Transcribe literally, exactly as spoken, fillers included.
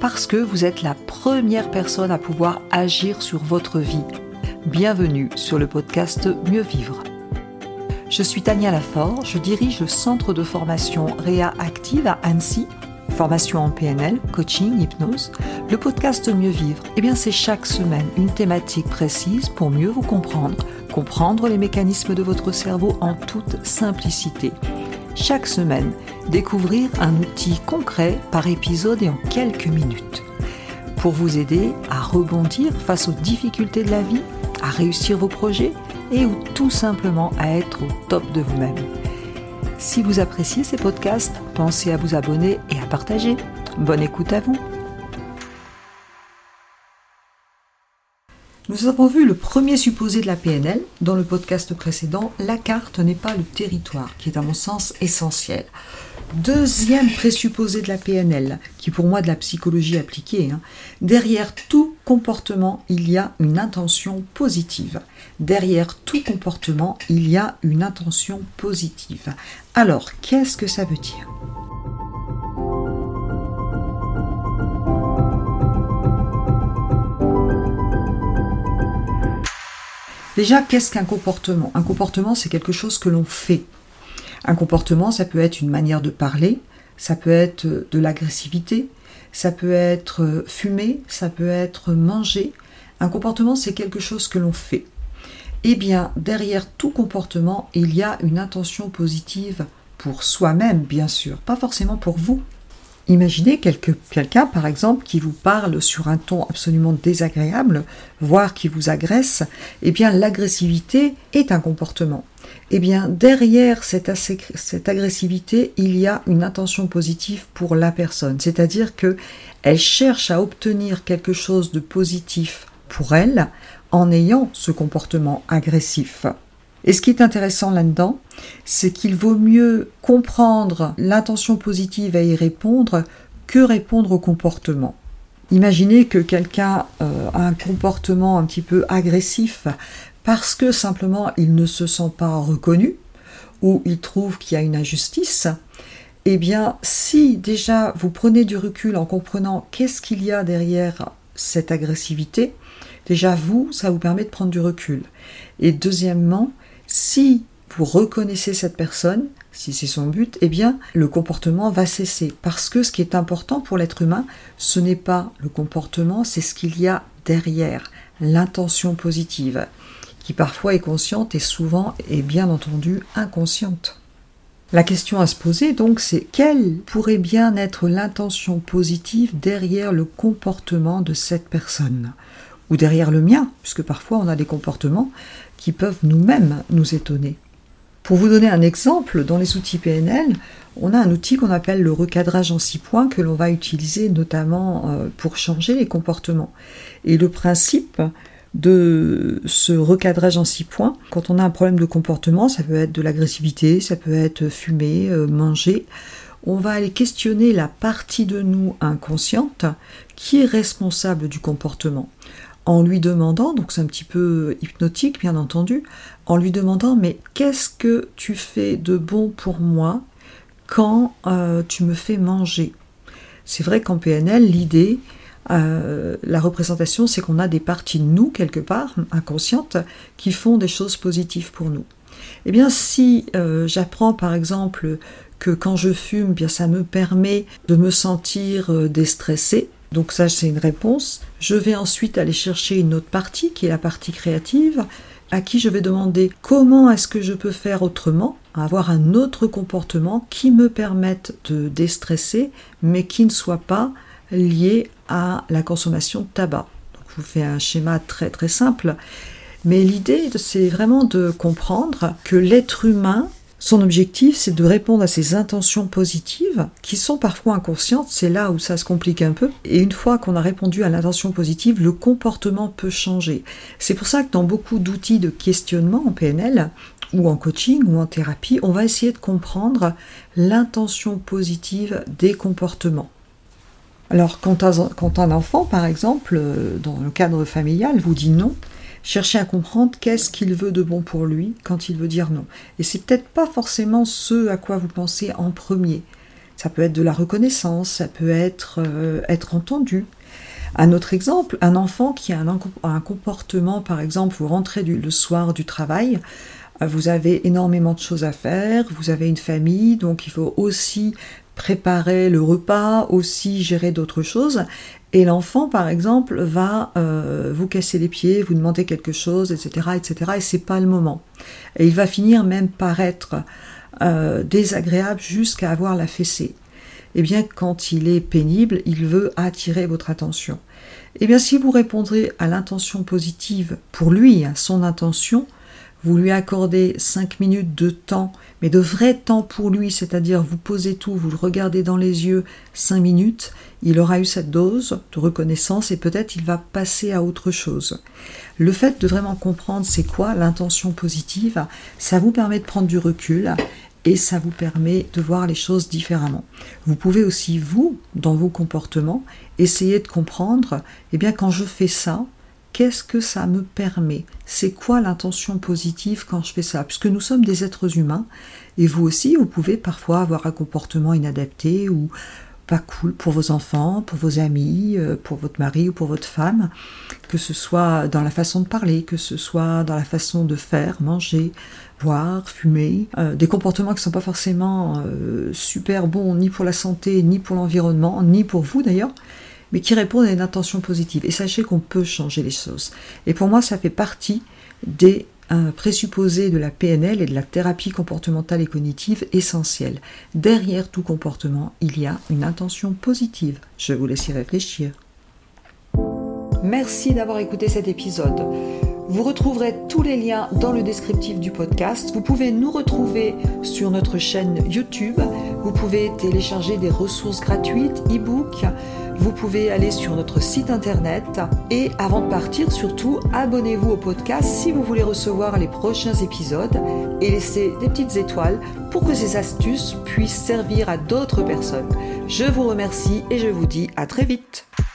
parce que vous êtes la première personne à pouvoir agir sur votre vie. Bienvenue sur le podcast Mieux Vivre. Je suis Tania Lafort, je dirige le centre de formation Réa Active à Annecy, formation en P N L, coaching, hypnose. Le podcast Mieux Vivre, eh bien c'est chaque semaine une thématique précise pour mieux vous comprendre, comprendre les mécanismes de votre cerveau en toute simplicité. Chaque semaine, découvrir un outil concret par épisode et en quelques minutes. Pour vous aider à rebondir face aux difficultés de la vie, à réussir vos projets et ou tout simplement à être au top de vous-même. Si vous appréciez ces podcasts, pensez à vous abonner et à partager. Bonne écoute à vous. Nous avons vu le premier supposé de la P N L dans le podcast précédent, la carte n'est pas le territoire, qui est à mon sens essentiel. Deuxième présupposé de la P N L, qui pour moi est de la psychologie appliquée, hein. Derrière tout comportement, il y a une intention positive. Derrière tout comportement, il y a une intention positive. Alors, qu'est-ce que ça veut dire ? Déjà, qu'est-ce qu'un comportement ? Un comportement, c'est quelque chose que l'on fait. Un comportement, ça peut être une manière de parler, ça peut être de l'agressivité, ça peut être fumer, ça peut être manger. Un comportement, c'est quelque chose que l'on fait. Eh bien, derrière tout comportement, il y a une intention positive pour soi-même, bien sûr, pas forcément pour vous. Imaginez quelque, quelqu'un, par exemple, qui vous parle sur un ton absolument désagréable, voire qui vous agresse. Eh bien, l'agressivité est un comportement. Eh bien, derrière cette, cette agressivité, il y a une intention positive pour la personne. C'est-à-dire qu'elle cherche à obtenir quelque chose de positif pour elle en ayant ce comportement agressif. Et ce qui est intéressant là-dedans, c'est qu'il vaut mieux comprendre l'intention positive à y répondre que répondre au comportement. Imaginez que quelqu'un euh, a un comportement un petit peu agressif parce que simplement il ne se sent pas reconnu ou il trouve qu'il y a une injustice. Eh bien, si déjà vous prenez du recul en comprenant qu'est-ce qu'il y a derrière cette agressivité, déjà vous, ça vous permet de prendre du recul. Et deuxièmement, si vous reconnaissez cette personne, si c'est son but, eh bien, le comportement va cesser. Parce que ce qui est important pour l'être humain, ce n'est pas le comportement, c'est ce qu'il y a derrière, l'intention positive, qui parfois est consciente et souvent est bien entendu inconsciente. La question à se poser donc, c'est quelle pourrait bien être l'intention positive derrière le comportement de cette personne ? Ou derrière le mien, puisque parfois on a des comportements qui peuvent nous-mêmes nous étonner. Pour vous donner un exemple, dans les outils P N L, on a un outil qu'on appelle le recadrage en six points que l'on va utiliser notamment pour changer les comportements. Et le principe de ce recadrage en six points, quand on a un problème de comportement, ça peut être de l'agressivité, ça peut être fumer, manger, on va aller questionner la partie de nous inconsciente qui est responsable du comportement. En lui demandant, donc c'est un petit peu hypnotique bien entendu, en lui demandant mais qu'est-ce que tu fais de bon pour moi quand euh, tu me fais manger ? C'est vrai qu'en P N L, l'idée, euh, la représentation, c'est qu'on a des parties de nous quelque part, inconscientes, qui font des choses positives pour nous. Eh bien si euh, j'apprends par exemple que quand je fume, bien ça me permet de me sentir euh, déstressée, donc ça, c'est une réponse. Je vais ensuite aller chercher une autre partie, qui est la partie créative, à qui je vais demander comment est-ce que je peux faire autrement, avoir un autre comportement qui me permette de déstresser, mais qui ne soit pas lié à la consommation de tabac. Donc, je vous fais un schéma très très simple. Mais l'idée, c'est vraiment de comprendre que l'être humain, son objectif, c'est de répondre à ses intentions positives, qui sont parfois inconscientes, c'est là où ça se complique un peu. Et une fois qu'on a répondu à l'intention positive, le comportement peut changer. C'est pour ça que dans beaucoup d'outils de questionnement en P N L, ou en coaching, ou en thérapie, on va essayer de comprendre l'intention positive des comportements. Alors, quand un enfant, par exemple, dans le cadre familial, vous dit non, cherchez à comprendre qu'est-ce qu'il veut de bon pour lui quand il veut dire non. Et c'est peut-être pas forcément ce à quoi vous pensez en premier. Ça peut être de la reconnaissance, ça peut être euh, être entendu. Un autre exemple, un enfant qui a un, un comportement, par exemple, vous rentrez du, le soir du travail, vous avez énormément de choses à faire, vous avez une famille, donc il faut aussi préparer le repas, aussi gérer d'autres choses. Et l'enfant, par exemple, va euh, vous casser les pieds, vous demander quelque chose, et cetera, et cetera. Et c'est pas le moment. Et il va finir même par être euh, désagréable jusqu'à avoir la fessée. Eh bien, quand il est pénible, il veut attirer votre attention. Eh bien, si vous répondrez à l'intention positive pour lui, à son intention, vous lui accordez cinq minutes de temps, mais de vrai temps pour lui, c'est-à-dire vous posez tout, vous le regardez dans les yeux cinq minutes, il aura eu cette dose de reconnaissance et peut-être il va passer à autre chose. Le fait de vraiment comprendre c'est quoi l'intention positive, ça vous permet de prendre du recul et ça vous permet de voir les choses différemment. Vous pouvez aussi, vous, dans vos comportements, essayer de comprendre, eh bien quand je fais ça, qu'est-ce que ça me permet ? C'est quoi l'intention positive quand je fais ça ? Puisque nous sommes des êtres humains, et vous aussi, vous pouvez parfois avoir un comportement inadapté ou pas cool pour vos enfants, pour vos amis, pour votre mari ou pour votre femme, que ce soit dans la façon de parler, que ce soit dans la façon de faire, manger, boire, fumer, euh, des comportements qui ne sont pas forcément euh, super bons ni pour la santé, ni pour l'environnement, ni pour vous d'ailleurs, mais qui répondent à une intention positive. Et sachez qu'on peut changer les choses. Et pour moi, ça fait partie des euh, présupposés de la P N L et de la thérapie comportementale et cognitive essentielle. Derrière tout comportement, il y a une intention positive. Je vous laisse y réfléchir. Merci d'avoir écouté cet épisode. Vous retrouverez tous les liens dans le descriptif du podcast. Vous pouvez nous retrouver sur notre chaîne YouTube. Vous pouvez télécharger des ressources gratuites, e-books. Vous pouvez aller sur notre site internet. Et avant de partir, surtout, abonnez-vous au podcast si vous voulez recevoir les prochains épisodes et laissez des petites étoiles pour que ces astuces puissent servir à d'autres personnes. Je vous remercie et je vous dis à très vite.